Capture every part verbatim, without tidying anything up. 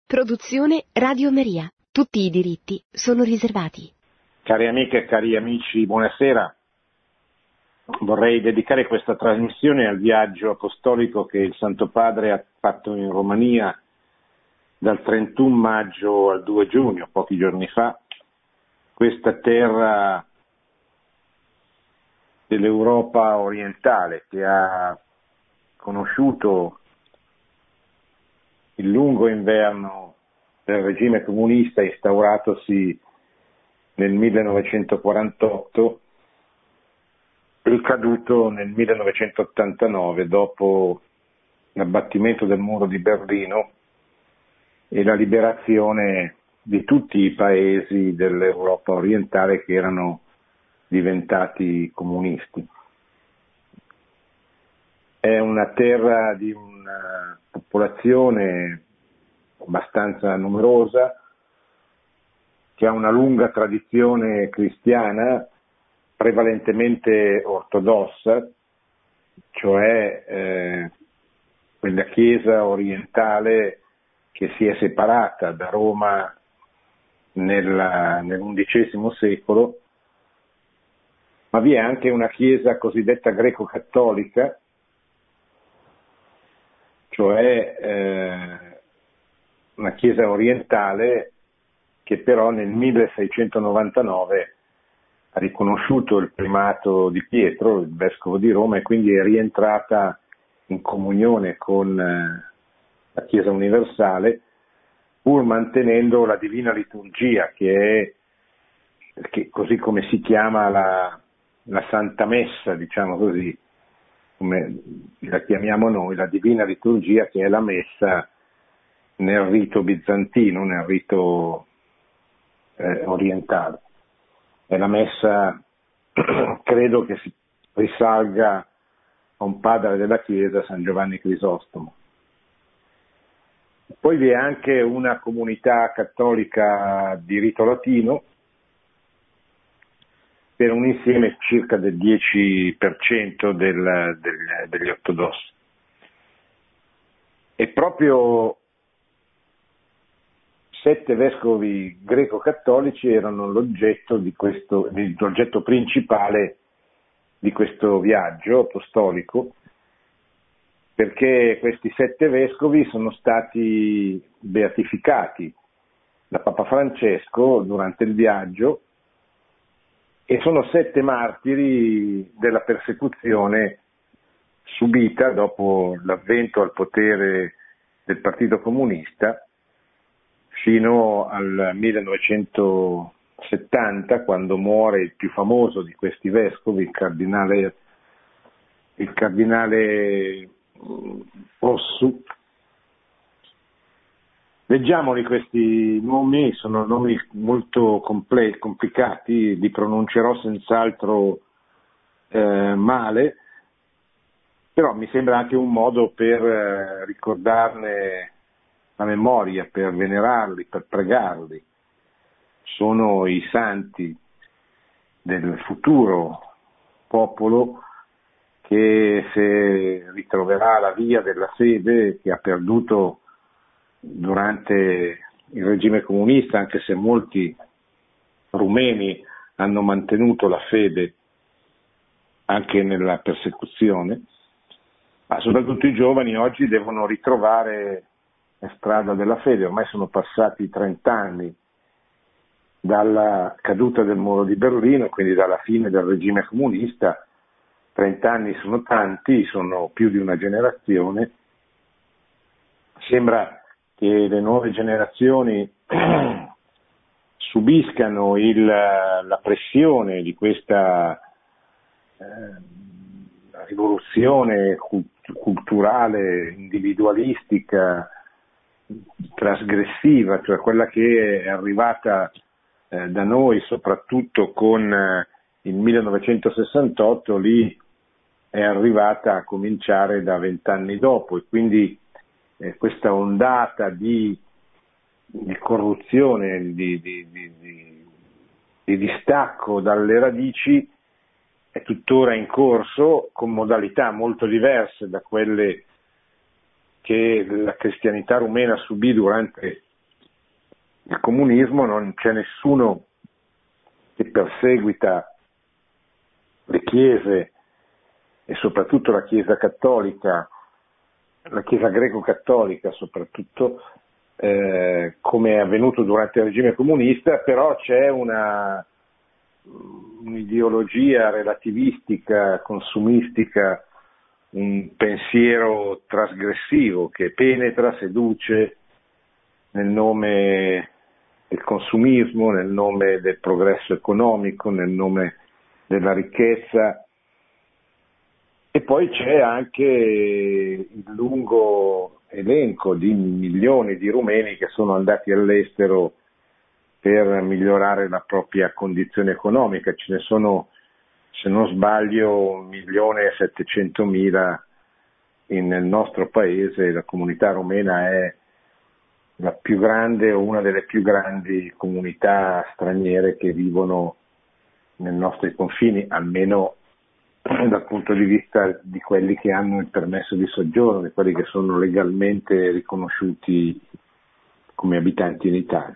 Produzione Radio Maria. Tutti i diritti sono riservati. Cari amiche e cari amici, buonasera. Vorrei dedicare questa trasmissione al viaggio apostolico che il Santo Padre ha fatto in Romania dal trentuno maggio al due giugno, pochi giorni fa, questa terra dell'Europa orientale che ha conosciuto il lungo inverno del regime comunista instauratosi nel millenovecentoquarantotto e caduto nel millenovecentottantanove dopo l'abbattimento del muro di Berlino e la liberazione di tutti i paesi dell'Europa orientale che erano diventati comunisti. È una terra di una popolazione abbastanza numerosa, che ha una lunga tradizione cristiana, prevalentemente ortodossa, cioè eh, quella Chiesa orientale che si è separata da Roma nella, nell'undicesimo secolo, ma vi è anche una Chiesa cosiddetta greco-cattolica, cioè eh, una Chiesa orientale che però nel milleseicentonovantanove ha riconosciuto il primato di Pietro, il vescovo di Roma, e quindi è rientrata in comunione con eh, la Chiesa universale, pur mantenendo la divina liturgia, che è, che, così come si chiama la, la Santa Messa, diciamo così, come la chiamiamo noi, la divina liturgia, che è la messa nel rito bizantino, nel rito eh, orientale. È la messa, credo che si risalga a un padre della Chiesa, San Giovanni Crisostomo. Poi vi è anche una comunità cattolica di rito latino, per un insieme circa del dieci per cento del, del, degli ortodossi. E proprio sette vescovi greco-cattolici erano l'oggetto di questo, l'oggetto principale di questo viaggio apostolico, perché questi sette vescovi sono stati beatificati da Papa Francesco durante il viaggio e sono sette martiri della persecuzione subita dopo l'avvento al potere del Partito Comunista fino al millenovecentosettanta, quando muore il più famoso di questi vescovi, il cardinale, il cardinale Ossu. Leggiamoli questi nomi, sono nomi molto comple- complicati, li pronuncerò senz'altro eh, male, però mi sembra anche un modo per eh, ricordarne la memoria, per venerarli, per pregarli. Sono i santi del futuro popolo che se ritroverà la via della fede che ha perduto durante il regime comunista, anche se molti rumeni hanno mantenuto la fede anche nella persecuzione, ma soprattutto i giovani oggi devono ritrovare la strada della fede. Ormai sono passati trent'anni dalla caduta del muro di Berlino, quindi dalla fine del regime comunista. trent'anni sono tanti, sono più di una generazione. Sembra che le nuove generazioni subiscano il, la pressione di questa eh, rivoluzione culturale, individualistica, trasgressiva, cioè quella che è arrivata eh, da noi soprattutto con eh, il millenovecentosessantotto, lì è arrivata a cominciare da vent'anni dopo, e quindi eh, questa ondata di, di corruzione, di, di, di, di, di distacco dalle radici è tuttora in corso, con modalità molto diverse da quelle che la cristianità rumena subì durante il comunismo non c'è nessuno che perseguita le chiese e soprattutto la Chiesa cattolica, la Chiesa greco-cattolica soprattutto, eh, come è avvenuto durante il regime comunista, però c'è una, un'ideologia relativistica, consumistica, un pensiero trasgressivo che penetra, seduce nel nome del consumismo, nel nome del progresso economico, nel nome della ricchezza. E poi c'è anche il lungo elenco di milioni di rumeni che sono andati all'estero per migliorare la propria condizione economica. Ce ne sono, se non sbaglio, un milione e settecentomila nel nostro paese. La comunità rumena è la più grande o una delle più grandi comunità straniere che vivono nei nostri confini, almeno dal punto di vista di quelli che hanno il permesso di soggiorno, di quelli che sono legalmente riconosciuti come abitanti in Italia.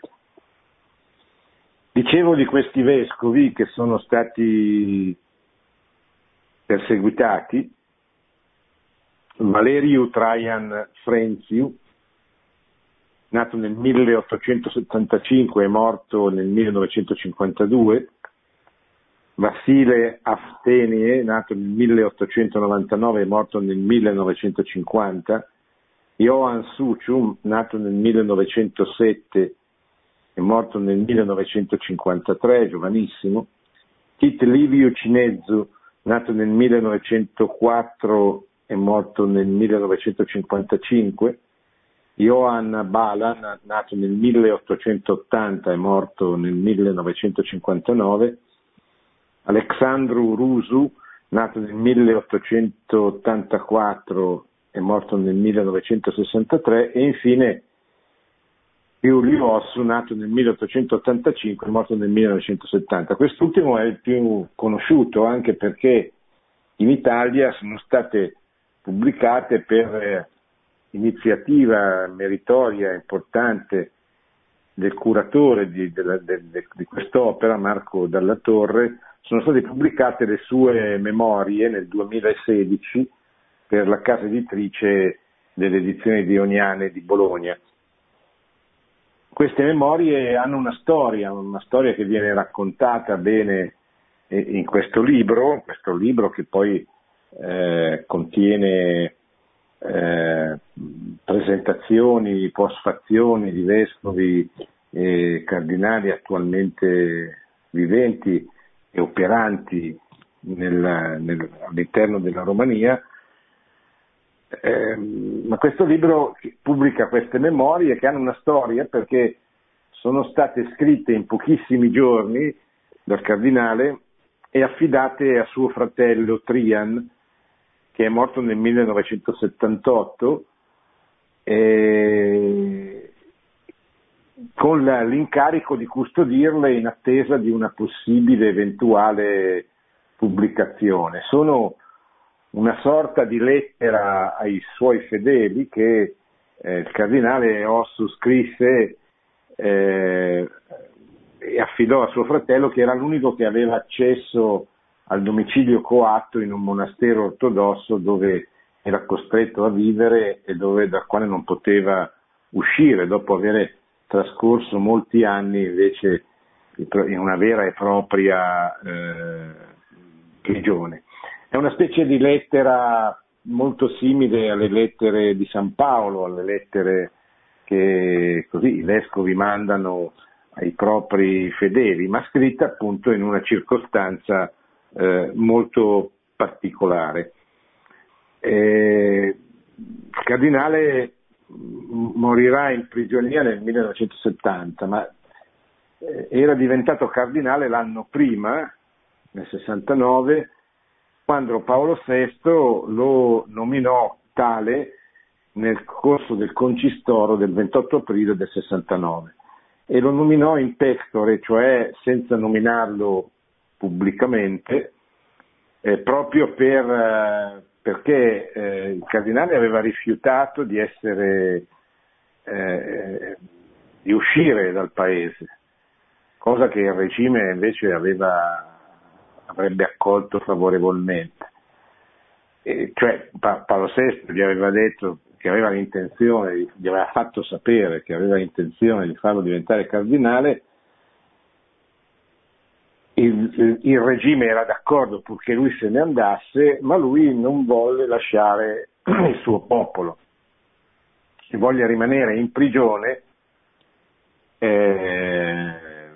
Dicevo di questi vescovi che sono stati perseguitati. Valeriu Traian Frenziu, nato nel milleottocentosettantacinque e morto nel millenovecentocinquantadue, Vassile Aftenie, nato nel milleottocentonovantanove e morto nel millenovecentocinquanta, Ioan Suciu, nato nel millenovecentosette e morto nel millenovecentocinquantatré, giovanissimo, Tit Liviu Cinezu, nato nel millenovecentoquattro e morto nel millenovecentocinquantacinque, Ioan Balan, nato nel milleottocentottanta e morto nel millenovecentocinquantanove, Alexandru Rusu, nato nel milleottocentottantaquattro e morto nel millenovecentosessantatré, e infine Iuliu Ossu, nato nel milleottocentottantacinque e morto nel millenovecentosettanta. Quest'ultimo è il più conosciuto anche perché in Italia sono state pubblicate per iniziativa meritoria importante del curatore di, della, de, de, di quest'opera, Marco Dalla Torre, sono state pubblicate le sue memorie nel duemilasedici per la casa editrice delle edizioni Dioniane di Bologna. Queste memorie hanno una storia, una storia che viene raccontata bene in questo libro, questo libro che poi eh, contiene eh, presentazioni, postfazioni di vescovi e cardinali attualmente viventi e operanti nel, nel, all'interno della Romania. Eh, ma questo libro pubblica queste memorie che hanno una storia perché sono state scritte in pochissimi giorni dal cardinale e affidate a suo fratello Trian, che è morto nel millenovecentosettantotto, e con la, l'incarico di custodirle in attesa di una possibile eventuale pubblicazione. Sono una sorta di lettera ai suoi fedeli che eh, il cardinale Ossu scrisse eh, e affidò a suo fratello, che era l'unico che aveva accesso al domicilio coatto in un monastero ortodosso dove era costretto a vivere e dove, dal quale non poteva uscire dopo aver trascorso molti anni invece in una vera e propria eh, prigione. È una specie di lettera molto simile alle lettere di San Paolo, alle lettere che così i vescovi mandano ai propri fedeli, ma scritta appunto in una circostanza eh, molto particolare. Eh, il cardinale morirà in prigionia nel millenovecentosettanta, ma eh, era diventato cardinale l'anno prima, nel sessantanove, quando Paolo sesto lo nominò tale nel corso del concistoro del ventotto aprile del sessantanove, e lo nominò in pectore, cioè senza nominarlo pubblicamente, eh, proprio per, eh, perché eh, il cardinale aveva rifiutato di essere eh, di uscire dal paese, cosa che il regime invece aveva, avrebbe accolto favorevolmente. E cioè pa- Paolo sesto gli aveva detto che aveva l'intenzione, gli aveva fatto sapere che aveva l'intenzione di farlo diventare cardinale. Il, il, il regime era d'accordo purché lui se ne andasse, ma lui non volle lasciare il suo popolo, e voglia rimanere in prigione eh,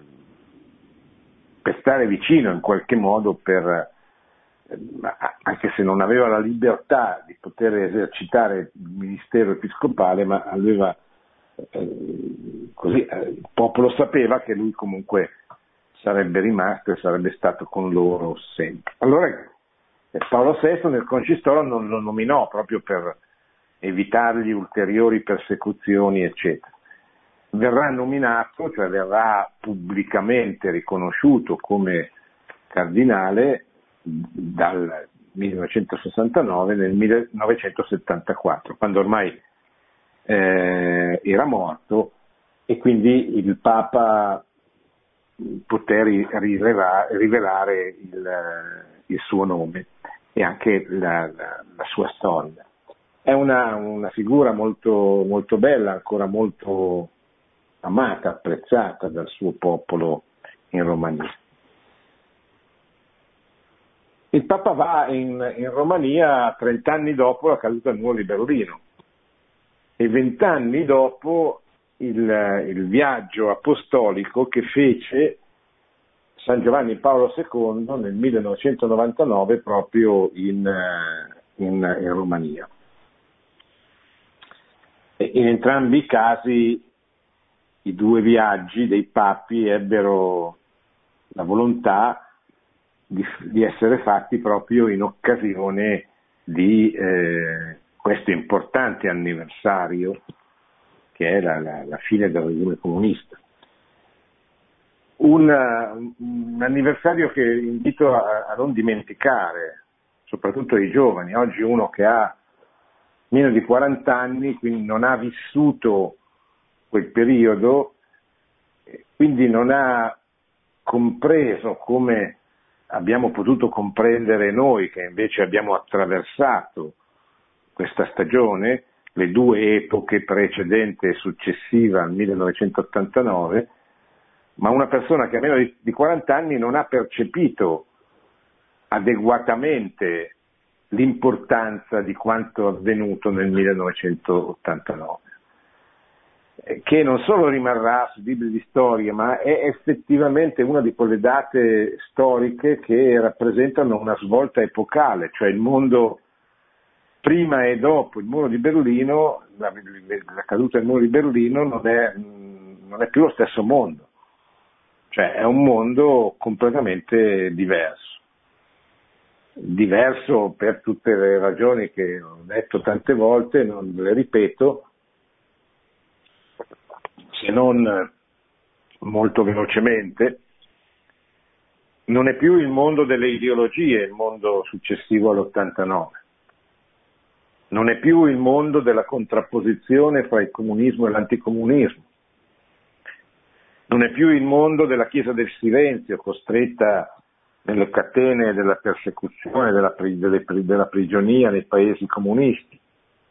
per stare vicino in qualche modo, per, eh, anche se non aveva la libertà di poter esercitare il ministero episcopale, ma aveva eh, così eh, il popolo sapeva che lui comunque sarebbe rimasto e sarebbe stato con loro sempre. Allora eh, Paolo sesto nel Concistoro non lo nominò proprio per evitargli ulteriori persecuzioni, eccetera. Verrà nominato, cioè verrà pubblicamente riconosciuto come cardinale dal millenovecentosessantanove nel millenovecentosettantaquattro, quando ormai eh, era morto, e quindi il Papa poté rivelare, rivelare il, il suo nome e anche la, la, la sua storia. È una, una figura molto, molto bella, ancora molto amata, apprezzata dal suo popolo in Romania. Il Papa va in, in Romania trent'anni dopo la caduta del muro di Berlino e vent'anni dopo il, il viaggio apostolico che fece San Giovanni Paolo secondo nel millenovecentonovantanove proprio in, in, in Romania. E in entrambi i casi i due viaggi dei papi ebbero la volontà di, di essere fatti proprio in occasione di eh, questo importante anniversario che è la, la, la fine del regime comunista. Un, un anniversario che invito a, a non dimenticare, soprattutto ai giovani. Oggi uno che ha meno di quaranta anni, quindi non ha vissuto quel periodo, quindi non ha compreso come abbiamo potuto comprendere noi, che invece abbiamo attraversato questa stagione, le due epoche precedente e successiva al millenovecentottantanove, ma una persona che ha meno di, di quaranta anni non ha percepito adeguatamente l'importanza di quanto avvenuto nel millenovecentottantanove, che non solo rimarrà su libri di storia, ma è effettivamente una di quelle date storiche che rappresentano una svolta epocale, cioè il mondo prima e dopo il muro di Berlino, la, la caduta del muro di Berlino non è, non è più lo stesso mondo, cioè è un mondo completamente diverso. Diverso per tutte le ragioni che ho detto tante volte, non le ripeto, se non molto velocemente. Non è più il mondo delle ideologie, il mondo successivo all'ottantanove. Non è più il mondo della contrapposizione fra il comunismo e l'anticomunismo. Non è più il mondo della Chiesa del silenzio, costretta nelle catene della persecuzione, della, delle, della prigionia nei paesi comunisti.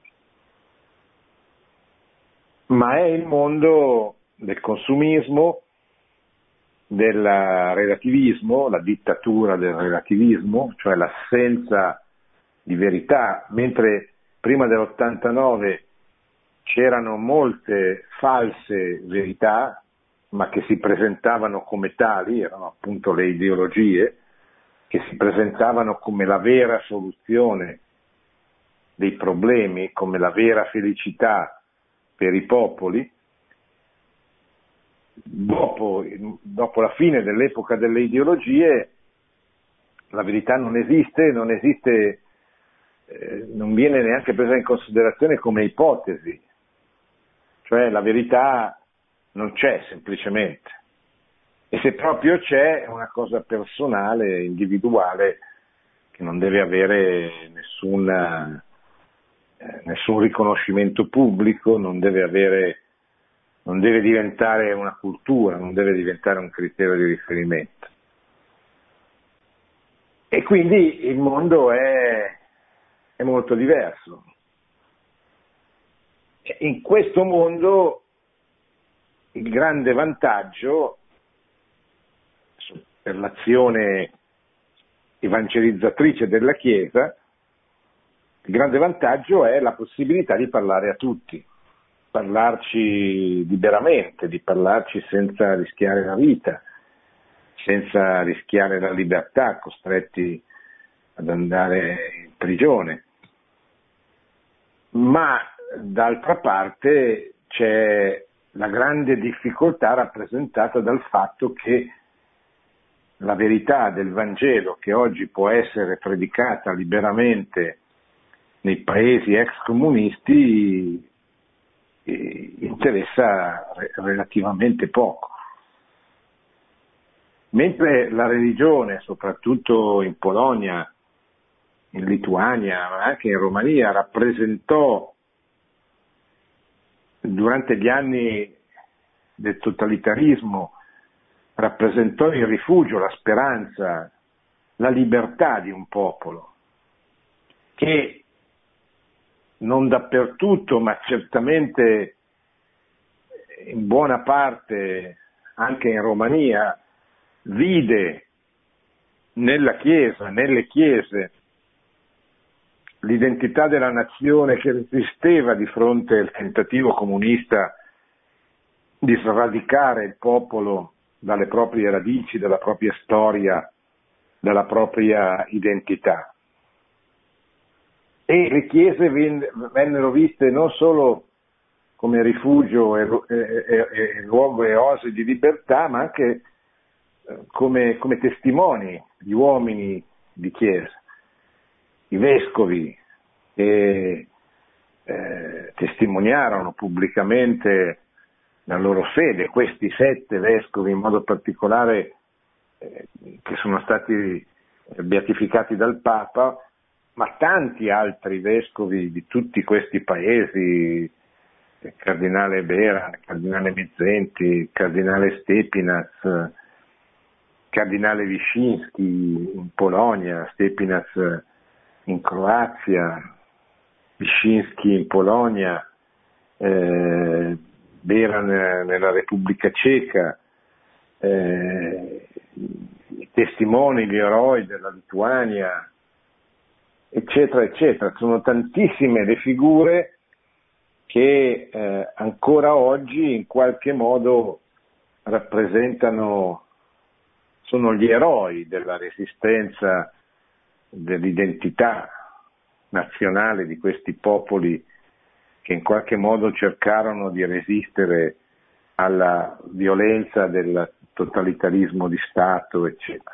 Ma è il mondo del consumismo, del relativismo, la dittatura del relativismo, cioè l'assenza di verità, mentre prima dell'ottantanove c'erano molte false verità, ma che si presentavano come tali, erano appunto le ideologie, che si presentavano come la vera soluzione dei problemi, come la vera felicità per i popoli. Dopo, dopo la fine dell'epoca delle ideologie, la verità non esiste, non esiste, eh, non viene neanche presa in considerazione come ipotesi, cioè la verità non c'è semplicemente, e se proprio c'è è una cosa personale, individuale, che non deve avere nessuna, eh, nessun riconoscimento pubblico, non deve avere non deve diventare una cultura, non deve diventare un criterio di riferimento. E quindi il mondo è, è molto diverso. In questo mondo il grande vantaggio per l'azione evangelizzatrice della Chiesa, il grande vantaggio è la possibilità di parlare a tutti, parlarci liberamente, di parlarci senza rischiare la vita, senza rischiare la libertà, costretti ad andare in prigione. Ma d'altra parte c'è la grande difficoltà rappresentata dal fatto che la verità del Vangelo, che oggi può essere predicata liberamente nei paesi ex comunisti, interessa relativamente poco. Mentre la religione, soprattutto in Polonia, in Lituania, ma anche in Romania, rappresentò durante gli anni del totalitarismo, rappresentò il rifugio, la speranza, la libertà di un popolo, che non dappertutto, ma certamente in buona parte, anche in Romania, vide nella Chiesa, nelle Chiese, l'identità della nazione che resisteva di fronte al tentativo comunista di sradicare il popolo dalle proprie radici, dalla propria storia, dalla propria identità. E le chiese vennero viste non solo come rifugio e, e, e, e luogo e oasi di libertà, ma anche come, come testimoni di uomini di chiesa. I vescovi che eh, testimoniarono pubblicamente la loro fede, questi sette vescovi in modo particolare eh, che sono stati beatificati dal Papa, ma tanti altri vescovi di tutti questi paesi, il cardinale Beran, il cardinale Mizzenti, il cardinale Stepinas, il cardinale Wyszynski in Polonia, Stepinas in Croazia, Wyszynski in Polonia, eh, Beran nella Repubblica Ceca, eh, i testimoni, gli eroi della Lituania, eccetera, eccetera. Sono tantissime le figure che eh, ancora oggi in qualche modo rappresentano, sono gli eroi della resistenza, dell'identità nazionale di questi popoli che in qualche modo cercarono di resistere alla violenza del totalitarismo di Stato, eccetera.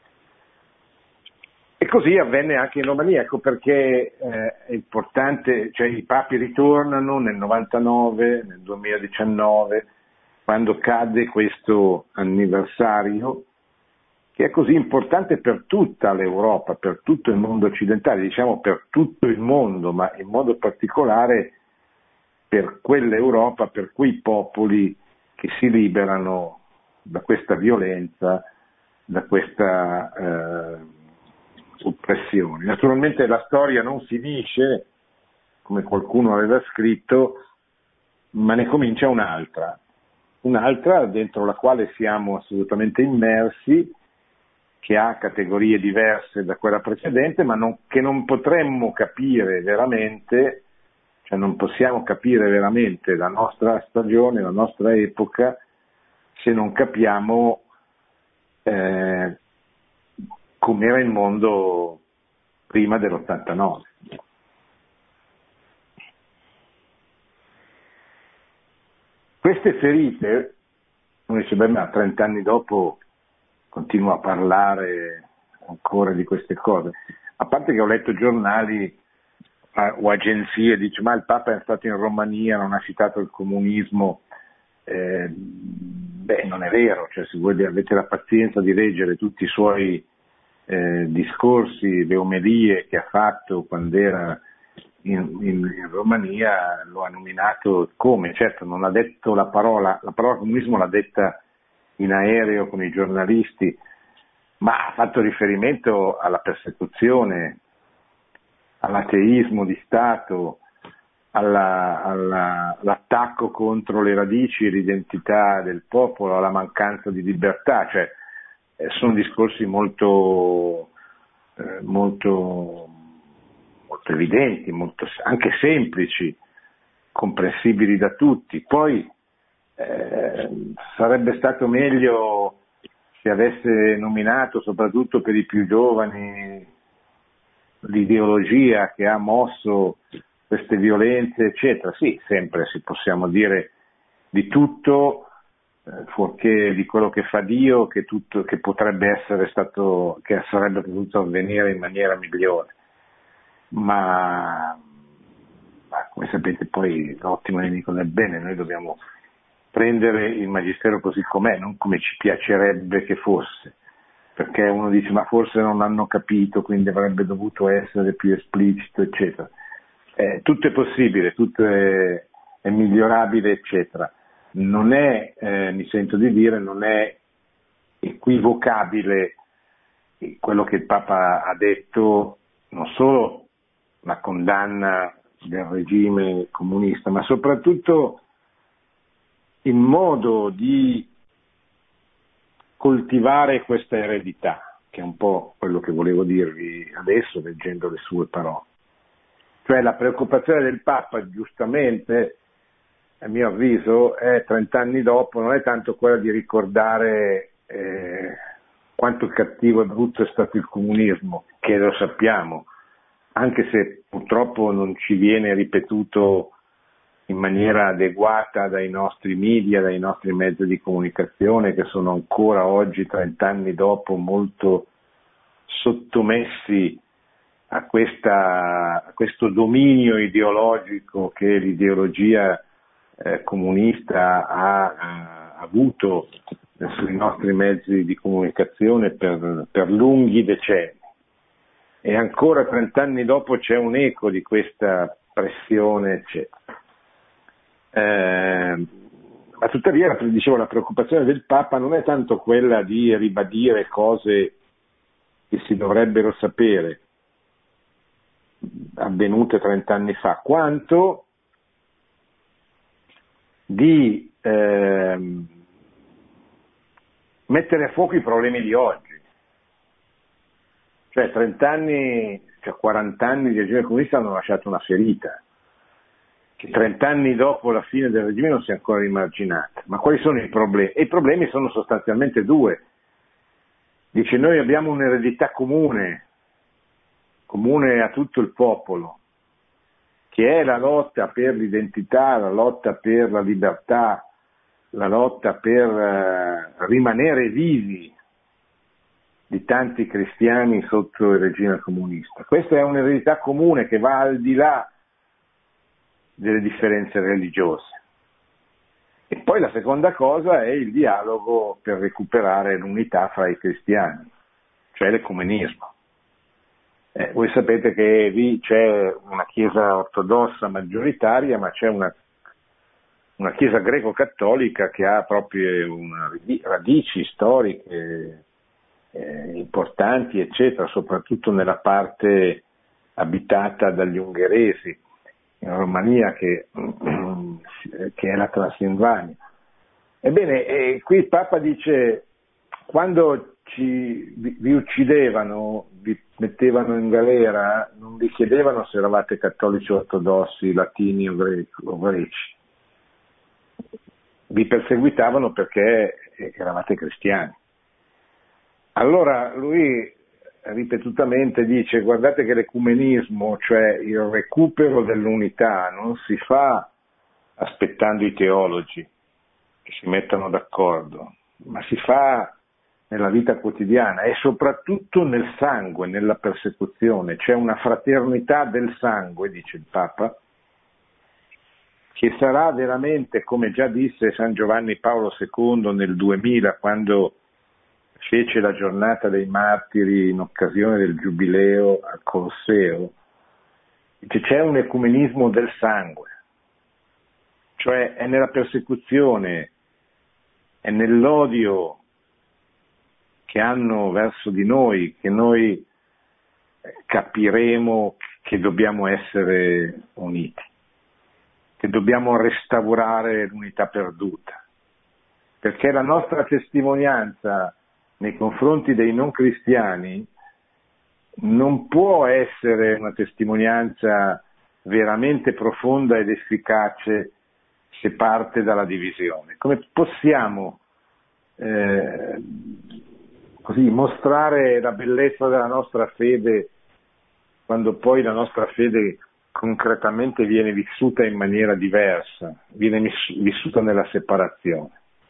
E così avvenne anche in Romania, ecco perché eh, è importante, cioè i papi ritornano nel novantanove, nel duemiladiciannove, quando cade questo anniversario, che è così importante per tutta l'Europa, per tutto il mondo occidentale, diciamo per tutto il mondo, ma in modo particolare per quell'Europa, per quei popoli che si liberano da questa violenza, da questa eh, oppressione. Naturalmente la storia non finisce, come qualcuno aveva scritto, ma ne comincia un'altra, un'altra dentro la quale siamo assolutamente immersi, che ha categorie diverse da quella precedente, ma non, che non potremmo capire veramente, cioè non possiamo capire veramente la nostra stagione, la nostra epoca, se non capiamo eh, com'era il mondo prima dell'ottantanove. Queste ferite, uno dice, beh, ma trent'anni dopo continuo a parlare ancora di queste cose. A parte che ho letto giornali o agenzie, dice ma il Papa è stato in Romania, non ha citato il comunismo. Eh, beh, non è vero, cioè se voi avete la pazienza di leggere tutti i suoi eh, discorsi, le omelie che ha fatto quando era in, in, in Romania lo ha nominato come, certo non ha detto la parola, la parola comunismo l'ha detta in aereo con i giornalisti, ma ha fatto riferimento alla persecuzione, all'ateismo di Stato, alla, alla, all'attacco contro le radici e l'identità del popolo, alla mancanza di libertà, cioè eh, sono discorsi molto, eh, molto, molto evidenti, molto, anche semplici, comprensibili da tutti. Poi eh, sarebbe stato meglio se avesse nominato, soprattutto per i più giovani, l'ideologia che ha mosso queste violenze, eccetera. Sì, sempre si possiamo dire di tutto, eh, fuorché di quello che fa Dio, che, tutto, che potrebbe essere stato, che sarebbe potuto avvenire in maniera migliore. Ma, ma come sapete poi l'ottimo nemico del bene, noi dobbiamo prendere il Magistero così com'è, non come ci piacerebbe che fosse, perché uno dice ma forse non hanno capito, quindi avrebbe dovuto essere più esplicito, eccetera. Eh, tutto è possibile, tutto è, è migliorabile, eccetera. Non è, eh, mi sento di dire, non è equivocabile quello che il Papa ha detto, non solo la condanna del regime comunista, ma soprattutto il modo di coltivare questa eredità, che è un po' quello che volevo dirvi adesso leggendo le sue parole. Cioè la preoccupazione del Papa, giustamente, a mio avviso, è trent'anni dopo, non è tanto quella di ricordare eh, quanto cattivo e brutto è stato il comunismo, che lo sappiamo, anche se purtroppo non ci viene ripetuto in maniera adeguata dai nostri media, dai nostri mezzi di comunicazione, che sono ancora oggi, trent'anni dopo, molto sottomessi a, questa, a questo dominio ideologico che l'ideologia eh, comunista ha, ha avuto sui nostri mezzi di comunicazione per, per lunghi decenni. E ancora trent'anni dopo c'è un eco di questa pressione, eccetera. Eh, ma tuttavia, dicevo, la preoccupazione del Papa non è tanto quella di ribadire cose che si dovrebbero sapere, avvenute trent'anni fa, quanto di eh, mettere a fuoco i problemi di oggi. Cioè trent'anni, cioè quarant'anni di regime comunista hanno lasciato una ferita, che trent'anni dopo la fine del regime non si è ancora rimarginata. Ma quali sono i problemi? E i problemi sono sostanzialmente due. Dice, noi abbiamo un'eredità comune, comune a tutto il popolo, che è la lotta per l'identità, la lotta per la libertà, la lotta per eh, rimanere vivi di tanti cristiani sotto il regime comunista. Questa è un'eredità comune che va al di là delle differenze religiose. E poi la seconda cosa è il dialogo per recuperare l'unità fra i cristiani, cioè l'ecumenismo. Eh, voi sapete che lì c'è una chiesa ortodossa maggioritaria, ma c'è una, una chiesa greco-cattolica che ha proprio una radici storiche eh, importanti, eccetera, soprattutto nella parte abitata dagli ungheresi, in Romania, che, che è la Transilvania. Ebbene, eh, qui il Papa dice, quando ci, vi, vi uccidevano, vi mettevano in galera, non vi chiedevano se eravate cattolici ortodossi, latini o, greci, o greci, vi perseguitavano perché eravate cristiani. Allora lui ripetutamente dice, guardate che l'ecumenismo, cioè il recupero dell'unità, non si fa aspettando i teologi che si mettano d'accordo, ma si fa nella vita quotidiana e soprattutto nel sangue, nella persecuzione. C'è una fraternità del sangue, dice il Papa, che sarà veramente, come già disse San Giovanni Paolo secondo nel duemila, quando fece la giornata dei martiri in occasione del giubileo al Colosseo, c'è un ecumenismo del sangue, cioè è nella persecuzione, è nell'odio che hanno verso di noi che noi capiremo che dobbiamo essere uniti, che dobbiamo restaurare l'unità perduta, perché la nostra testimonianza nei confronti dei non cristiani non può essere una testimonianza veramente profonda ed efficace se parte dalla divisione. Come possiamo eh, così mostrare la bellezza della nostra fede quando poi la nostra fede concretamente viene vissuta in maniera diversa, viene vissuta nella separazione?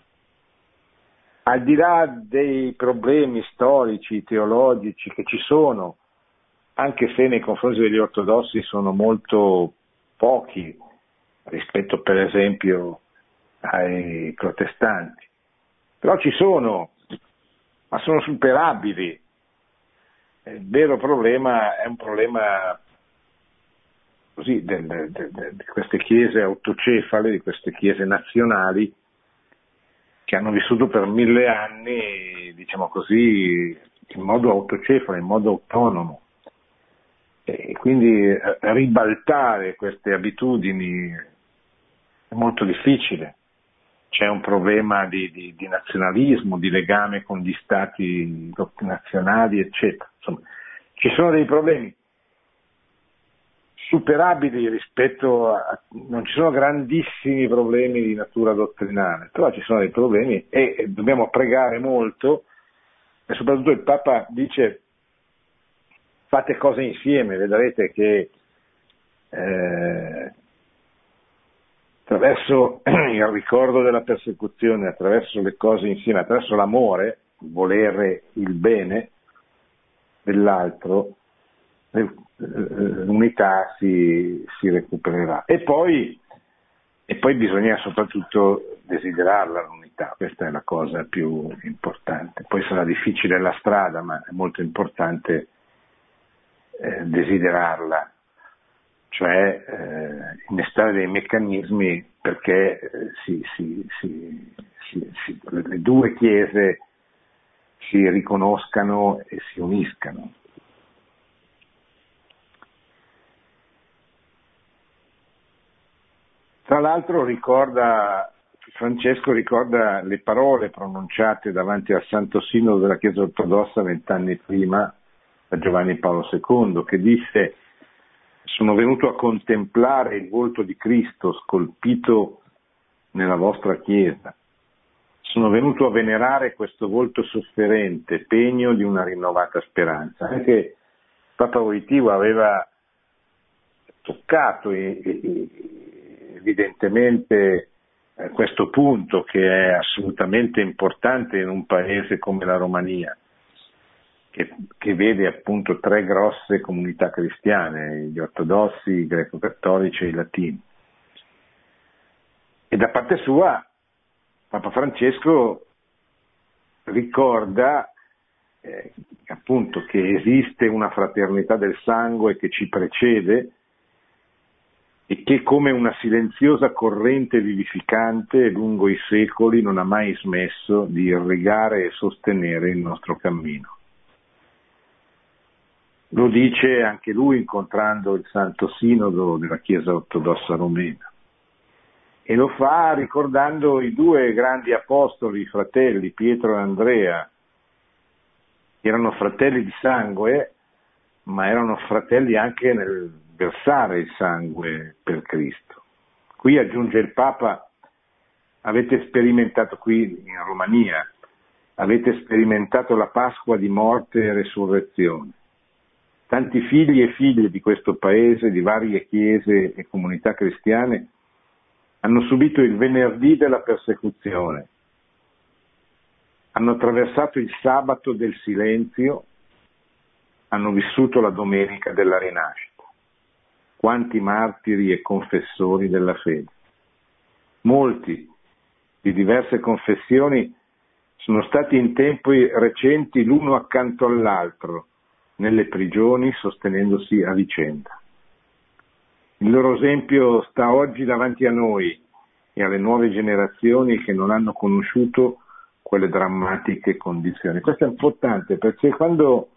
Al di là dei problemi storici, teologici che ci sono, anche se nei confronti degli ortodossi sono molto pochi rispetto per esempio ai protestanti, però ci sono, ma sono superabili. Il vero problema è un problema così di queste chiese autocefale, di queste chiese nazionali che hanno vissuto per mille anni, diciamo così, in modo autocefalo, in modo autonomo. E quindi ribaltare queste abitudini è molto difficile. C'è un problema di, di, di nazionalismo, di legame con gli stati nazionali, eccetera. Insomma, ci sono dei problemi superabili rispetto a... non ci sono grandissimi problemi di natura dottrinale, però ci sono dei problemi e, e dobbiamo pregare molto, e soprattutto il Papa dice fate cose insieme, vedrete che eh, attraverso il ricordo della persecuzione, attraverso le cose insieme, attraverso l'amore, volere il bene dell'altro, l'unità si, si recupererà. E poi, e poi bisogna soprattutto desiderarla l'unità, questa è la cosa più importante. Poi sarà difficile la strada, ma è molto importante eh, desiderarla, cioè eh, innestare dei meccanismi perché eh, si, si, si, si, si, le due chiese si riconoscano e si uniscano. Tra l'altro ricorda, Francesco ricorda le parole pronunciate davanti al Santo Sinodo della Chiesa Ortodossa vent'anni prima da Giovanni Paolo secondo, che disse: sono venuto a contemplare il volto di Cristo scolpito nella vostra Chiesa. Sono venuto a venerare questo volto sofferente, pegno di una rinnovata speranza. Anche Papa Wojtyła aveva toccato e, e, evidentemente eh, questo punto che è assolutamente importante in un paese come la Romania, che, che vede appunto tre grosse comunità cristiane, gli ortodossi, i greco-cattolici e i latini. E da parte sua Papa Francesco ricorda eh, appunto che esiste una fraternità del sangue che ci precede e che come una silenziosa corrente vivificante lungo i secoli non ha mai smesso di irrigare e sostenere il nostro cammino. Lo dice anche lui incontrando il Santo Sinodo della Chiesa Ortodossa Romena. E lo fa ricordando i due grandi apostoli, fratelli, Pietro e Andrea. Erano fratelli di sangue, ma erano fratelli anche nel versare il sangue per Cristo. Qui aggiunge il Papa: avete sperimentato qui in Romania, avete sperimentato la Pasqua di morte e resurrezione. Tanti figli e figlie di questo paese, di varie chiese e comunità cristiane, hanno subito il venerdì della persecuzione, hanno attraversato il sabato del silenzio, hanno vissuto la domenica della rinascita. Quanti martiri e confessori della fede. Molti di diverse confessioni sono stati in tempi recenti l'uno accanto all'altro, nelle prigioni, sostenendosi a vicenda. Il loro esempio sta oggi davanti a noi e alle nuove generazioni che non hanno conosciuto quelle drammatiche condizioni. Questo è importante perché quando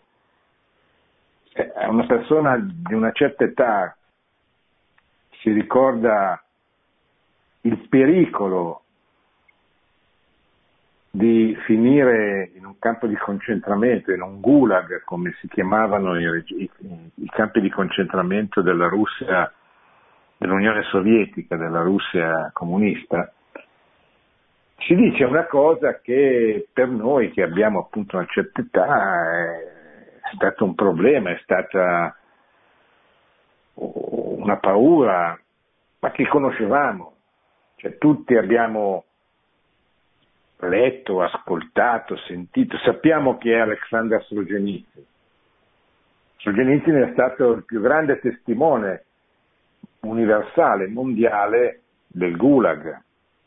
una persona di una certa età si ricorda il pericolo di finire in un campo di concentramento, in un gulag, come si chiamavano i, i, i campi di concentramento della Russia, dell'Unione Sovietica, della Russia comunista, si dice una cosa che per noi che abbiamo appunto una certa età è stato un problema, è stata una paura, ma che conoscevamo, cioè tutti abbiamo letto, ascoltato, sentito, sappiamo chi è Aleksandr Solzhenitsyn. Solzhenitsyn è stato il più grande testimone universale, mondiale del Gulag,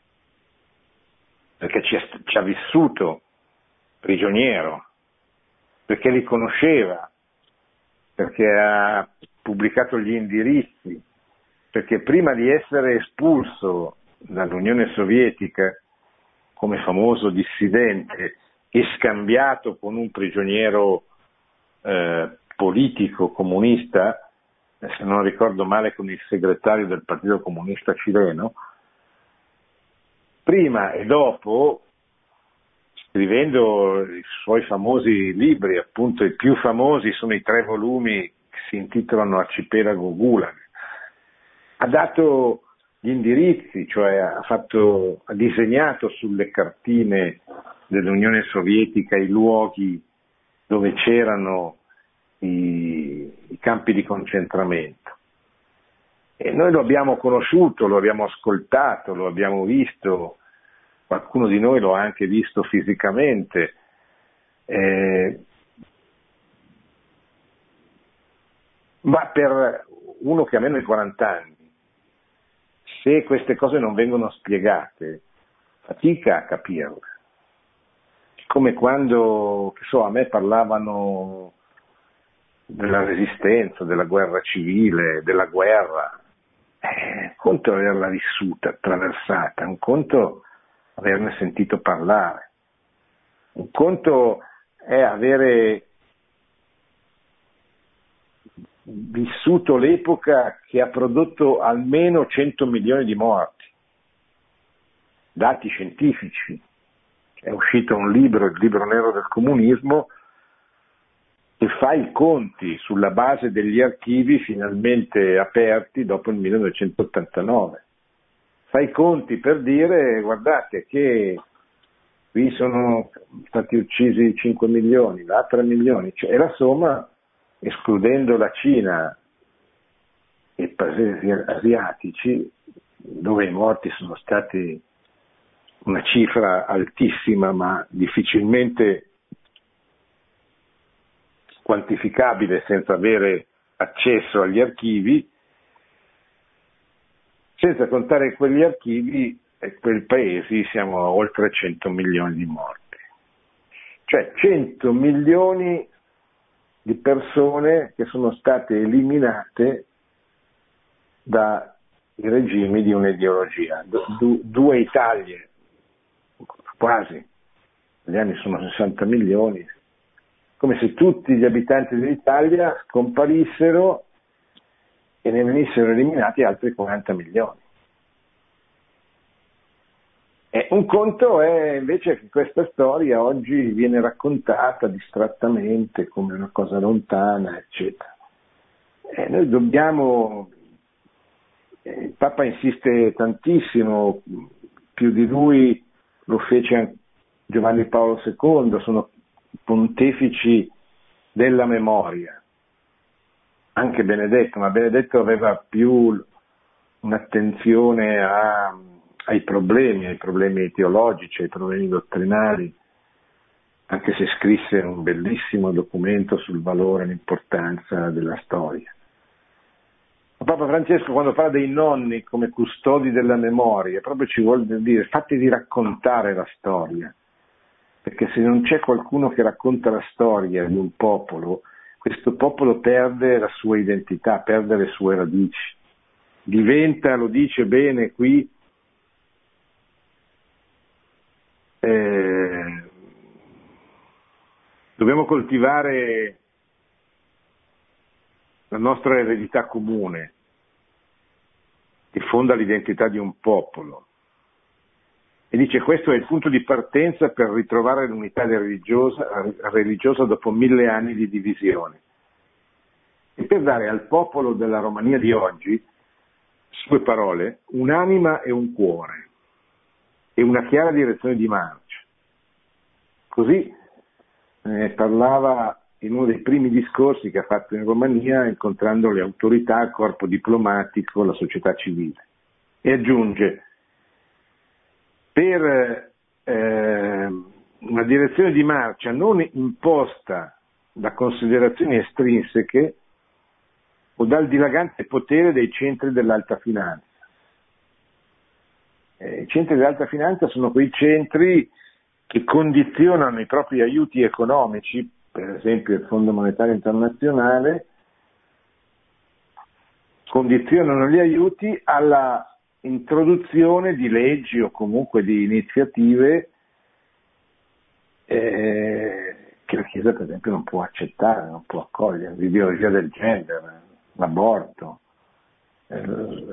perché ci, è, ci ha vissuto prigioniero, perché li conosceva, perché ha pubblicato gli indirizzi, perché prima di essere espulso dall'Unione Sovietica come famoso dissidente e scambiato con un prigioniero eh, politico comunista, se non ricordo male con il segretario del Partito Comunista cileno, prima e dopo, scrivendo i suoi famosi libri, appunto i più famosi sono i tre volumi che si intitolano Arcipelago Gulag, ha dato gli indirizzi, cioè ha, fatto, ha disegnato sulle cartine dell'Unione Sovietica i luoghi dove c'erano i, i campi di concentramento. E noi lo abbiamo conosciuto, lo abbiamo ascoltato, lo abbiamo visto, qualcuno di noi lo ha anche visto fisicamente. Eh, ma per uno che ha meno di quaranta anni, se queste cose non vengono spiegate, fatica a capirle. Come quando, che so, a me parlavano della resistenza, della guerra civile, della guerra. Eh, un conto è averla vissuta, attraversata, un conto averne sentito parlare, un conto è avere vissuto l'epoca che ha prodotto almeno cento milioni di morti, dati scientifici. È uscito un libro, il libro nero del comunismo, che fa i conti sulla base degli archivi finalmente aperti dopo il millenovecentottantanove. Fa i conti per dire, guardate che qui sono stati uccisi cinque milioni, là tre milioni, cioè, e la somma, escludendo la Cina e i paesi asiatici, dove i morti sono stati una cifra altissima ma difficilmente quantificabile senza avere accesso agli archivi, senza contare quegli archivi e quei paesi siamo a oltre cento milioni di morti. Cioè cento milioni di persone che sono state eliminate dai regimi di un'ideologia. Du- due Italie, quasi, gli anni sono sessanta milioni, come se tutti gli abitanti dell'Italia scomparissero e ne venissero eliminati altri quaranta milioni. E un conto è invece che questa storia oggi viene raccontata distrattamente come una cosa lontana, eccetera. E noi dobbiamo, il Papa insiste tantissimo, più di lui lo fece Giovanni Paolo secondo, sono pontefici della memoria. Anche Benedetto, ma Benedetto aveva più un'attenzione a, ai problemi, ai problemi teologici, ai problemi dottrinari, anche se scrisse un bellissimo documento sul valore e l'importanza della storia. Ma Papa Francesco, quando parla dei nonni come custodi della memoria, proprio ci vuol dire fatevi raccontare la storia, perché se non c'è qualcuno che racconta la storia di un popolo, questo popolo perde la sua identità, perde le sue radici. diventa, lo dice bene qui, eh, dobbiamo coltivare la nostra eredità comune, che fonda l'identità di un popolo. E dice questo è il punto di partenza per ritrovare l'unità religiosa, religiosa dopo mille anni di divisione. E per dare al popolo della Romania di oggi, sue parole, un'anima e un cuore e una chiara direzione di marcia. Così eh, parlava in uno dei primi discorsi che ha fatto in Romania, incontrando le autorità, il corpo diplomatico, la società civile. E aggiunge, per eh, una direzione di marcia non imposta da considerazioni estrinseche o dal dilagante potere dei centri dell'alta finanza. Eh, I centri dell'alta finanza sono quei centri che condizionano i propri aiuti economici, per esempio il Fondo Monetario Internazionale, condizionano gli aiuti alla introduzione di leggi o comunque di iniziative eh, che la Chiesa per esempio non può accettare, non può accogliere, l'ideologia del gender, l'aborto, eh,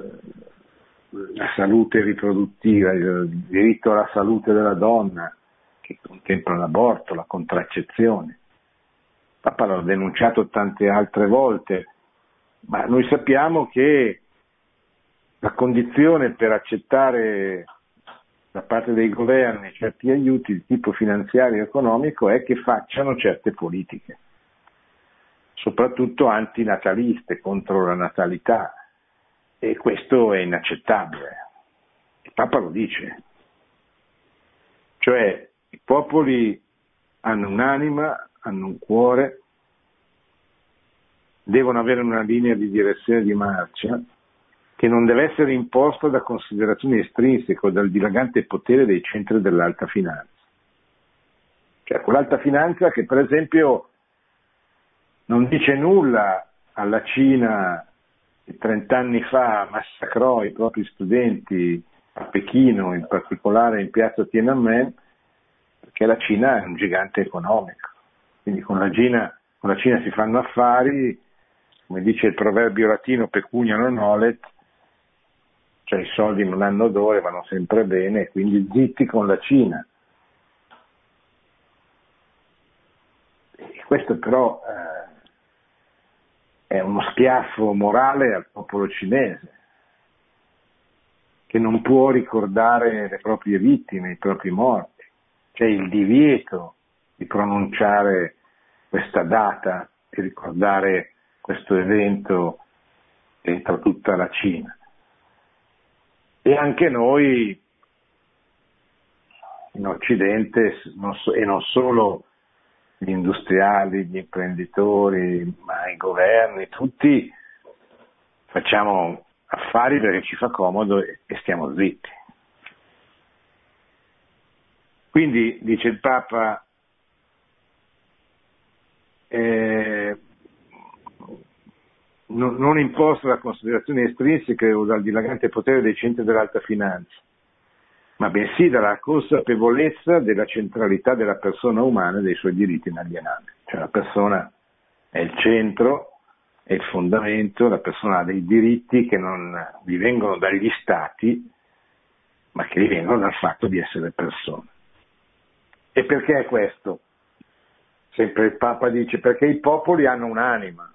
la salute riproduttiva, il diritto alla salute della donna, che contempla l'aborto, la contraccezione. Papa l'ha denunciato tante altre volte, ma noi sappiamo che la condizione per accettare da parte dei governi certi aiuti di tipo finanziario e economico è che facciano certe politiche, soprattutto antinataliste, contro la natalità, e questo è inaccettabile. Il Papa lo dice, cioè i popoli hanno un'anima, hanno un cuore, devono avere una linea di direzione di marcia che non deve essere imposta da considerazioni estrinseche o dal dilagante potere dei centri dell'alta finanza. Cioè quell'alta finanza che per esempio non dice nulla alla Cina che trent'anni fa massacrò i propri studenti a Pechino, in particolare in piazza Tiananmen, perché la Cina è un gigante economico. Quindi con la Cina, con la Cina si fanno affari, come dice il proverbio latino, pecunia non olet, cioè i soldi non hanno odore, vanno sempre bene, quindi zitti con la Cina. E questo però eh, è uno schiaffo morale al popolo cinese, che non può ricordare le proprie vittime, i propri morti. C'è il divieto di pronunciare questa data, di ricordare questo evento dentro tutta la Cina. E anche noi in Occidente, non so, e non solo gli industriali, gli imprenditori, ma i governi, tutti facciamo affari perché ci fa comodo e, e stiamo zitti. Quindi, dice il Papa, eh, non, non imposto da considerazioni estrinseche o dal dilagante potere dei centri dell'alta finanza, ma bensì dalla consapevolezza della centralità della persona umana e dei suoi diritti inalienabili. Cioè la persona è il centro, è il fondamento, la persona ha dei diritti che non vi vengono dagli stati, ma che vi vengono dal fatto di essere persone. E perché è questo? Sempre il Papa dice, perché i popoli hanno un'anima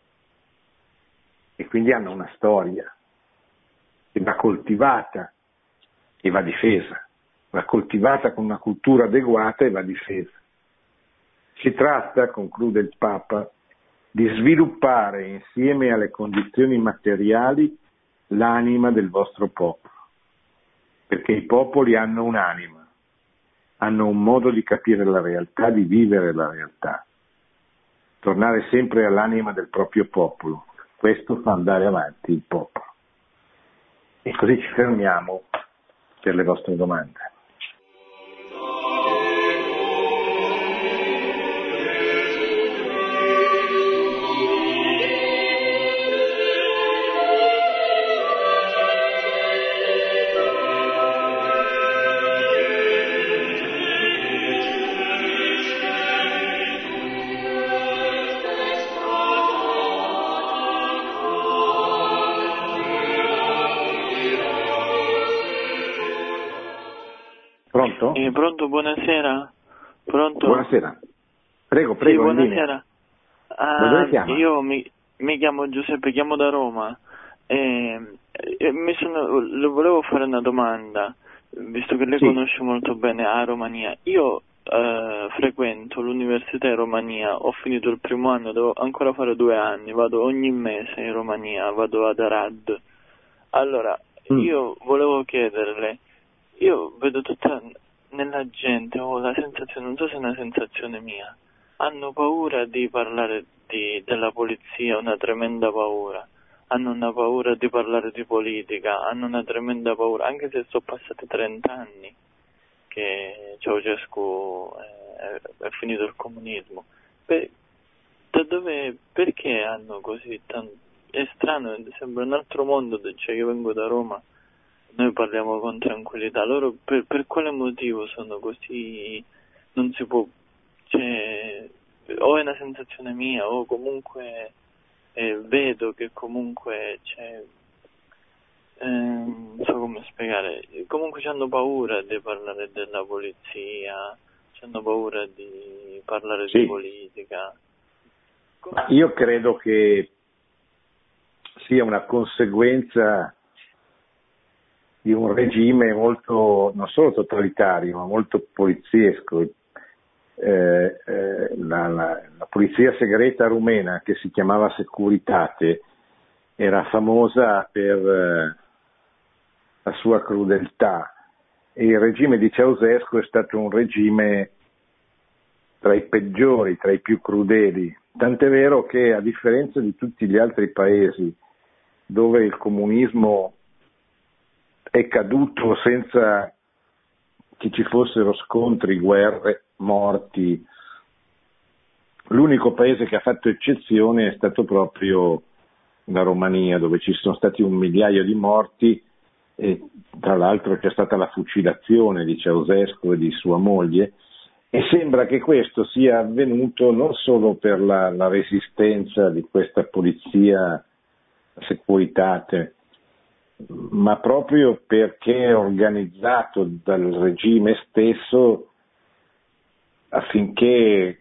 e quindi hanno una storia che va coltivata e va difesa, va coltivata con una cultura adeguata e va difesa. Si tratta, conclude il Papa, di sviluppare insieme alle condizioni materiali l'anima del vostro popolo, perché i popoli hanno un'anima, hanno un modo di capire la realtà, di vivere la realtà, tornare sempre all'anima del proprio popolo, questo fa andare avanti il popolo. E così ci fermiamo per le vostre domande. Pronto? Eh, pronto, buonasera. Pronto? Buonasera. Prego, prego. Sì, buonasera. Ah, da dove chiama? Io mi, mi chiamo Giuseppe, chiamo da Roma. E, e mi sono, le volevo fare una domanda, visto che lei sì. conosce molto bene la Romania. Io eh, frequento l'università in Romania, ho finito il primo anno, devo ancora fare due anni, vado ogni mese in Romania, vado ad Arad. Allora, mm. io volevo chiederle, io vedo tutta nella gente, ho la sensazione, non so se è una sensazione mia, hanno paura di parlare di, della polizia, una tremenda paura. Hanno una paura di parlare di politica, hanno una tremenda paura, anche se sono passati trent'anni che Ceausescu è, è finito il comunismo. Per, da dove, perché hanno così tanto? È strano, sembra un altro mondo, cioè io vengo da Roma, noi parliamo con tranquillità, loro per, per quale motivo sono così, non si può, cioè, o è una sensazione mia o comunque... E vedo che comunque c'è, eh, non so come spiegare, comunque hanno paura di parlare della polizia, hanno paura di parlare sì. di politica. Come... Io credo che sia una conseguenza di un regime molto, non solo totalitario, ma molto poliziesco. Eh, eh, la, la, la polizia segreta rumena, che si chiamava Securitate, era famosa per eh, la sua crudeltà, e il regime di Ceausescu è stato un regime tra i peggiori, tra i più crudeli, tant'è vero che, a differenza di tutti gli altri paesi dove il comunismo è caduto senza che ci fossero scontri, guerre, morti, l'unico paese che ha fatto eccezione è stato proprio la Romania, dove ci sono stati un migliaio di morti e tra l'altro c'è stata la fucilazione di Ceausescu e di sua moglie, e sembra che questo sia avvenuto non solo per la, la resistenza di questa polizia Securitate, ma proprio perché è organizzato dal regime stesso affinché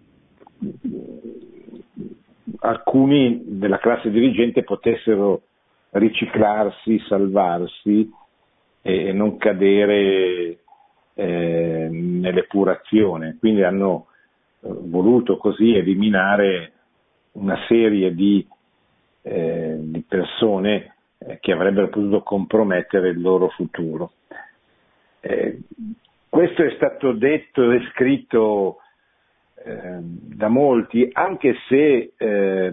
alcuni della classe dirigente potessero riciclarsi, salvarsi e non cadere eh, nell'epurazione. Quindi hanno voluto così eliminare una serie di, eh, di persone che avrebbero potuto compromettere il loro futuro. Eh, questo è stato detto e scritto eh, da molti, anche se eh,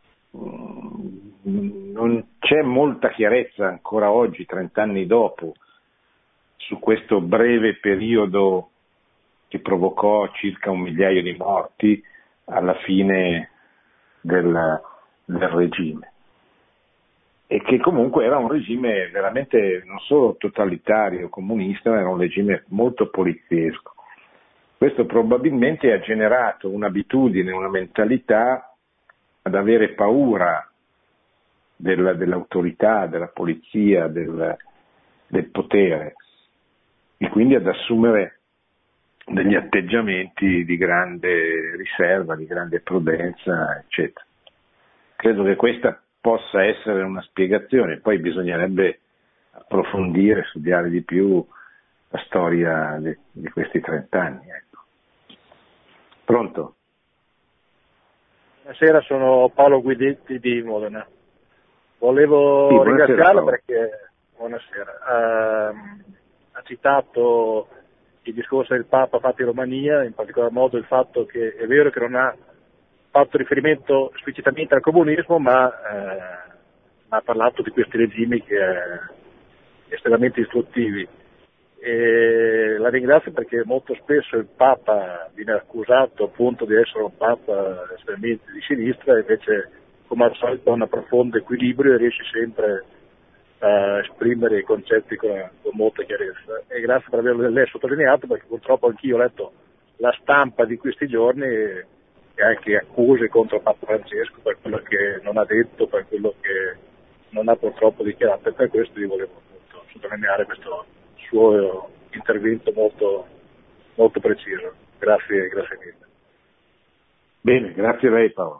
non c'è molta chiarezza ancora oggi, trent'anni dopo, su questo breve periodo che provocò circa un migliaio di morti alla fine del, del regime. E che comunque era un regime veramente non solo totalitario, comunista, ma era un regime molto poliziesco. Questo probabilmente ha generato un'abitudine, una mentalità ad avere paura della, dell'autorità, della polizia, del, del potere, e quindi ad assumere degli atteggiamenti di grande riserva, di grande prudenza, eccetera. Credo che questa possa essere una spiegazione, poi bisognerebbe approfondire, studiare di più la storia di, di questi trent'anni. Ecco. Pronto? Buonasera, sono Paolo Guidetti di Modena. Volevo sì, ringraziarla perché buonasera, uh, ha citato il discorso del Papa fatto in Romania, in particolar modo il fatto che è vero che non ha fatto riferimento esplicitamente al comunismo, ma eh, ha parlato di questi regimi che è estremamente istruttivi. E la ringrazio perché molto spesso il Papa viene accusato appunto di essere un Papa estremamente di sinistra, e invece come al solito ha un profondo equilibrio e riesce sempre a esprimere i concetti con, con molta chiarezza. E grazie per averlo lei sottolineato, perché purtroppo anch'io ho letto la stampa di questi giorni e e anche accuse contro Papa Francesco per quello che non ha detto, per quello che non ha purtroppo dichiarato, e per questo io volevo appunto sottolineare questo suo intervento molto, molto preciso. Grazie, grazie mille. Bene, grazie a lei Paolo.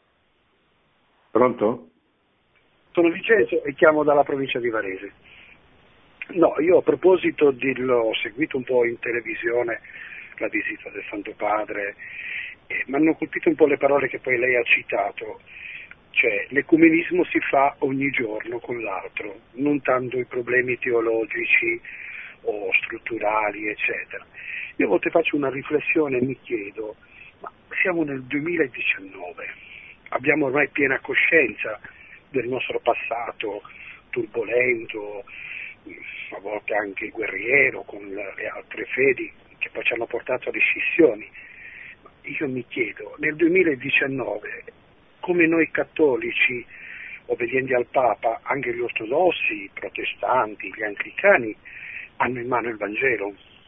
Pronto? Sono Vincenzo e chiamo dalla provincia di Varese. No, io a proposito di, l'ho seguito un po' in televisione la visita del Santo Padre, e mi hanno colpito un po' le parole che poi lei ha citato, cioè l'ecumenismo si fa ogni giorno con l'altro, non tanto i problemi teologici o strutturali, eccetera. Io a volte faccio una riflessione e mi chiedo, ma siamo nel duemiladiciannove, abbiamo ormai piena coscienza del nostro passato turbolento, a volte anche guerriero con le altre fedi che poi ci hanno portato alle scissioni. Io mi chiedo, nel duemiladiciannove, come noi cattolici, obbedienti al Papa, anche gli ortodossi, i protestanti, gli anglicani, hanno in mano il Vangelo.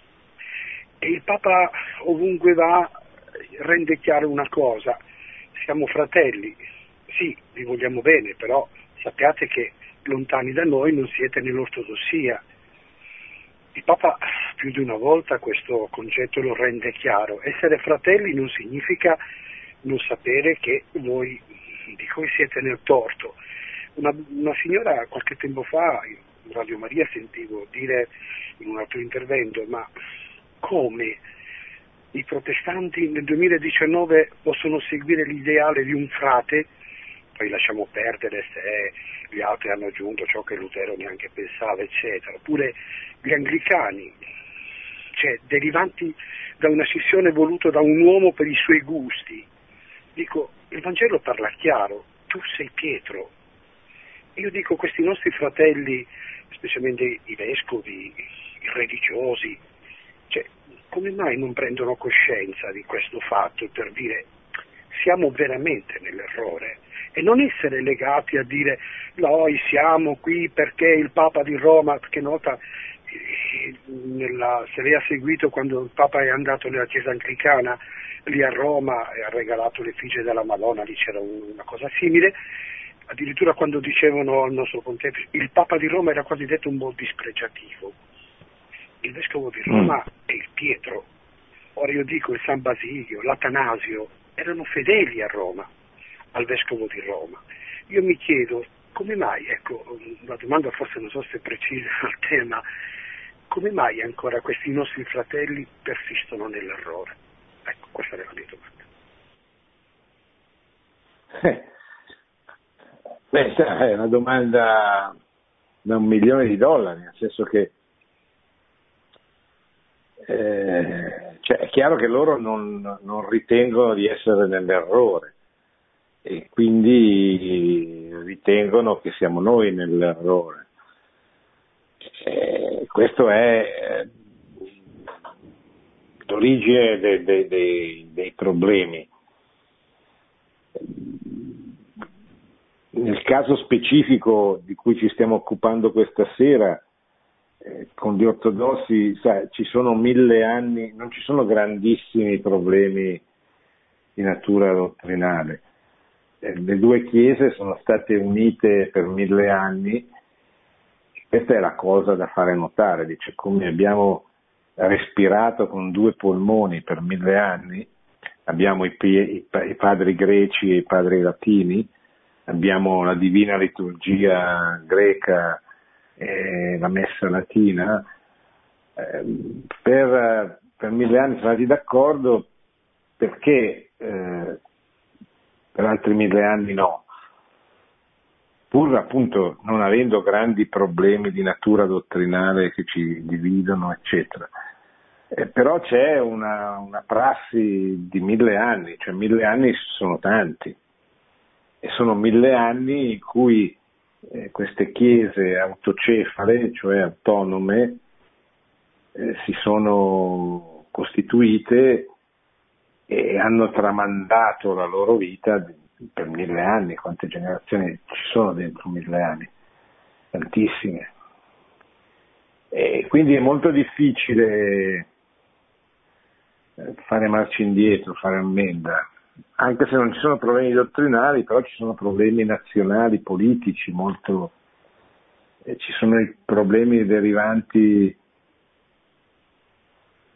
E il Papa ovunque va rende chiaro una cosa, siamo fratelli, sì, vi vogliamo bene, però sappiate che lontani da noi non siete nell'ortodossia. Il Papa più di una volta questo concetto lo rende chiaro. Essere fratelli non significa non sapere che voi di cui siete nel torto. Una, una signora qualche tempo fa in Radio Maria sentivo dire in un altro intervento, ma come i protestanti nel duemiladiciannove possono seguire l'ideale di un frate? Poi lasciamo perdere se gli altri hanno aggiunto ciò che Lutero neanche pensava, eccetera. Oppure gli anglicani, cioè derivanti da una scissione voluta da un uomo per i suoi gusti. Dico, il Vangelo parla chiaro, tu sei Pietro. Io dico, questi nostri fratelli, specialmente i vescovi, i religiosi, cioè, come mai non prendono coscienza di questo fatto per dire siamo veramente nell'errore? E non essere legati a dire noi siamo qui perché il Papa di Roma, perché nota, nella, se lei ha seguito quando il Papa è andato nella chiesa anglicana lì a Roma e ha regalato l'effigie della Madonna, lì c'era una cosa simile, addirittura quando dicevano al nostro pontefice il Papa di Roma era quasi detto un po' dispregiativo, il Vescovo di Roma mm. è il Pietro, ora io dico il San Basilio, l'Atanasio, erano fedeli a Roma, al Vescovo di Roma. Io mi chiedo come mai, ecco, la domanda forse non so se è precisa al tema, come mai ancora questi nostri fratelli persistono nell'errore? Ecco, questa è la mia domanda. Eh, questa è una domanda da un milione di dollari, nel senso che eh, cioè, è chiaro che loro non, non ritengono di essere nell'errore e quindi ritengono che siamo noi nell'errore. Eh, questo è eh, l'origine de, de, de, dei problemi. Nel caso specifico di cui ci stiamo occupando questa sera, eh, con gli ortodossi, sai, ci sono mille anni, non ci sono grandissimi problemi di natura dottrinale. Le due chiese sono state unite per mille anni, questa è la cosa da fare notare, dice come abbiamo respirato con due polmoni per mille anni, abbiamo i, i, i padri greci e i padri latini, abbiamo la divina liturgia greca e la messa latina, eh, per, per mille anni sono stati d'accordo perché eh, per altri mille anni no, pur appunto non avendo grandi problemi di natura dottrinale che ci dividono, eccetera. Eh, però c'è una, una prassi di mille anni, cioè mille anni sono tanti, e sono mille anni in cui eh, queste chiese autocefale, cioè autonome, eh, si sono costituite e hanno tramandato la loro vita per mille anni. Quante generazioni ci sono dentro mille anni? Tantissime. E quindi è molto difficile fare marcia indietro, fare ammenda, anche se non ci sono problemi dottrinali, però ci sono problemi nazionali, politici, molto, eh, ci sono i problemi derivanti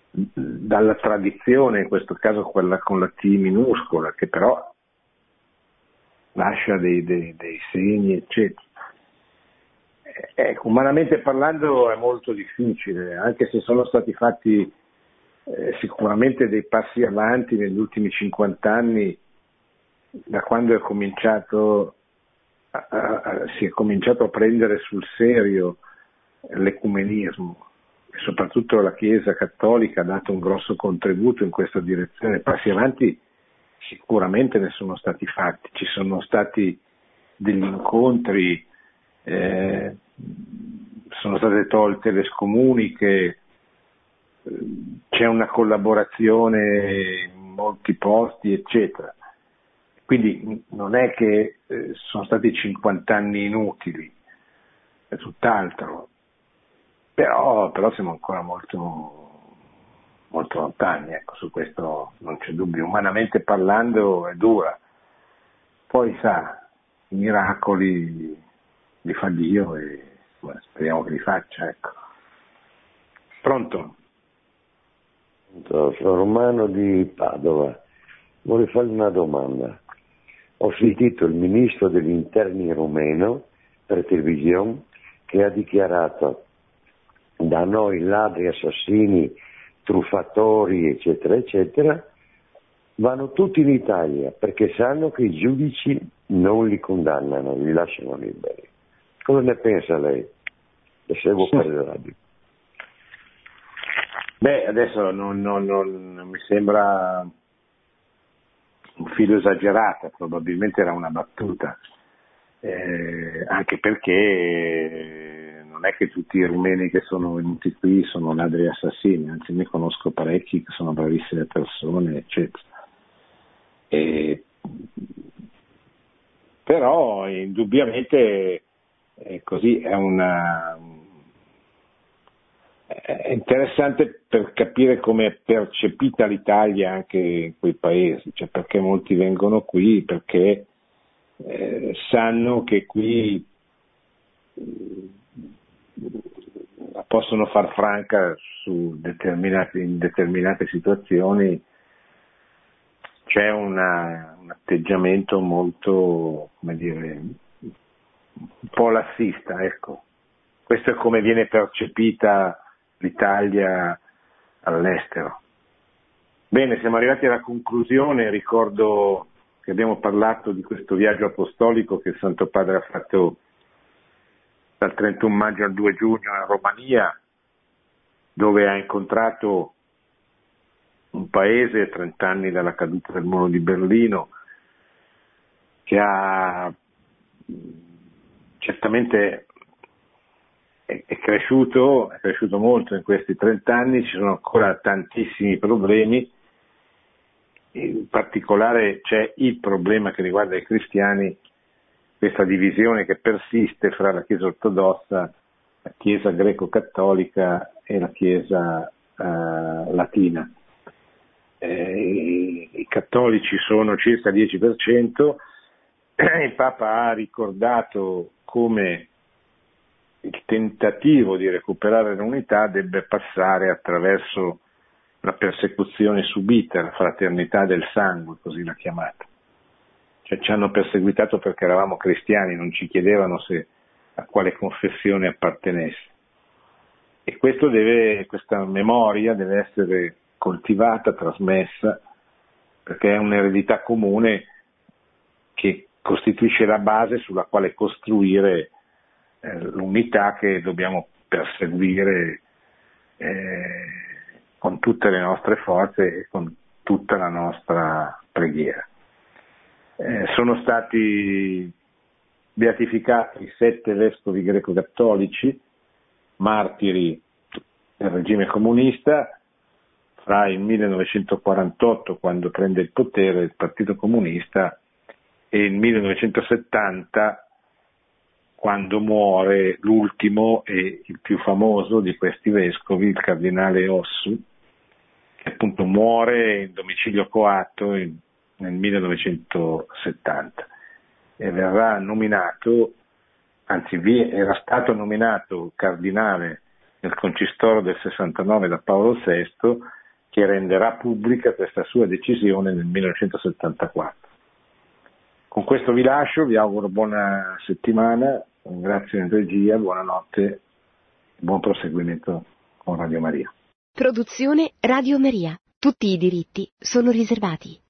dalla tradizione, in questo caso quella con la T minuscola, che però lascia dei, dei, dei segni, eccetera. Ecco, umanamente parlando è molto difficile, anche se sono stati fatti eh, sicuramente dei passi avanti negli ultimi cinquanta anni, da quando è cominciato a, a, si è cominciato a prendere sul serio l'ecumenismo, e soprattutto la Chiesa Cattolica ha dato un grosso contributo in questa direzione. Passi avanti sicuramente ne sono stati fatti, ci sono stati degli incontri, eh, sono state tolte le scomuniche, c'è una collaborazione in molti posti, eccetera. Quindi non è che eh, sono stati cinquanta anni inutili, è tutt'altro, però, però siamo ancora molto, molto lontani, ecco, su questo non c'è dubbio. Umanamente parlando è dura, poi sa, i miracoli li fa Dio e beh, speriamo che li faccia, ecco. Pronto? Sono Romano di Padova, vorrei fargli una domanda. Ho sentito il ministro degli interni rumeno per televisione che ha dichiarato: da noi ladri, assassini, truffatori, eccetera, eccetera, vanno tutti in Italia perché sanno che i giudici non li condannano, li lasciano liberi. Cosa ne pensa lei? Le seguo per il radio. Beh, adesso non, non, non mi sembra un filo esagerata, probabilmente era una battuta, eh, anche perché non è che tutti i rumeni che sono venuti qui sono ladri e assassini, anzi ne conosco parecchi che sono bravissime persone, eccetera. E, però indubbiamente è così, è una... è interessante per capire come è percepita l'Italia anche in quei paesi, cioè perché molti vengono qui, perché eh, sanno che qui la possono far franca su determinate, in determinate situazioni. C'è una, un atteggiamento molto, come dire, un po' lassista, ecco. Questo è come viene percepita l'Italia all'estero. Bene, siamo arrivati alla conclusione. Ricordo che abbiamo parlato di questo viaggio apostolico che il Santo Padre ha fatto dal trentuno maggio al due giugno in Romania, dove ha incontrato un paese, trent'anni dalla caduta del muro di Berlino, che ha certamente è, è cresciuto, è cresciuto molto in questi trent'anni, ci sono ancora tantissimi problemi, in particolare c'è il problema che riguarda i cristiani, questa divisione che persiste fra la Chiesa ortodossa, la Chiesa greco-cattolica e la Chiesa eh, latina. Eh, i, i cattolici sono circa il dieci per cento, il Papa ha ricordato come il tentativo di recuperare l'unità debba passare attraverso la persecuzione subita, la fraternità del sangue, così l'ha chiamata. Cioè ci hanno perseguitato perché eravamo cristiani, non ci chiedevano se a quale confessione appartenesse. E questo deve, questa memoria deve essere coltivata, trasmessa, perché è un'eredità comune che costituisce la base sulla quale costruire eh, l'unità che dobbiamo perseguire eh, con tutte le nostre forze e con tutta la nostra preghiera. Eh, sono stati beatificati sette vescovi greco-cattolici, martiri del regime comunista, fra il millenovecentoquarantotto, quando prende il potere il Partito Comunista, e il millenovecentosettanta, quando muore l'ultimo e il più famoso di questi vescovi, il cardinale Ossu, che appunto muore in domicilio coatto in, nel millenovecentosettanta e verrà nominato, anzi era stato nominato cardinale nel concistoro del sessantanove da Paolo sesto che renderà pubblica questa sua decisione nel millenovecentosettantaquattro. Con questo vi lascio, vi auguro buona settimana, grazie in regia, buonanotte, buon proseguimento con Radio Maria. Produzione Radio Maria. Tutti i diritti sono riservati.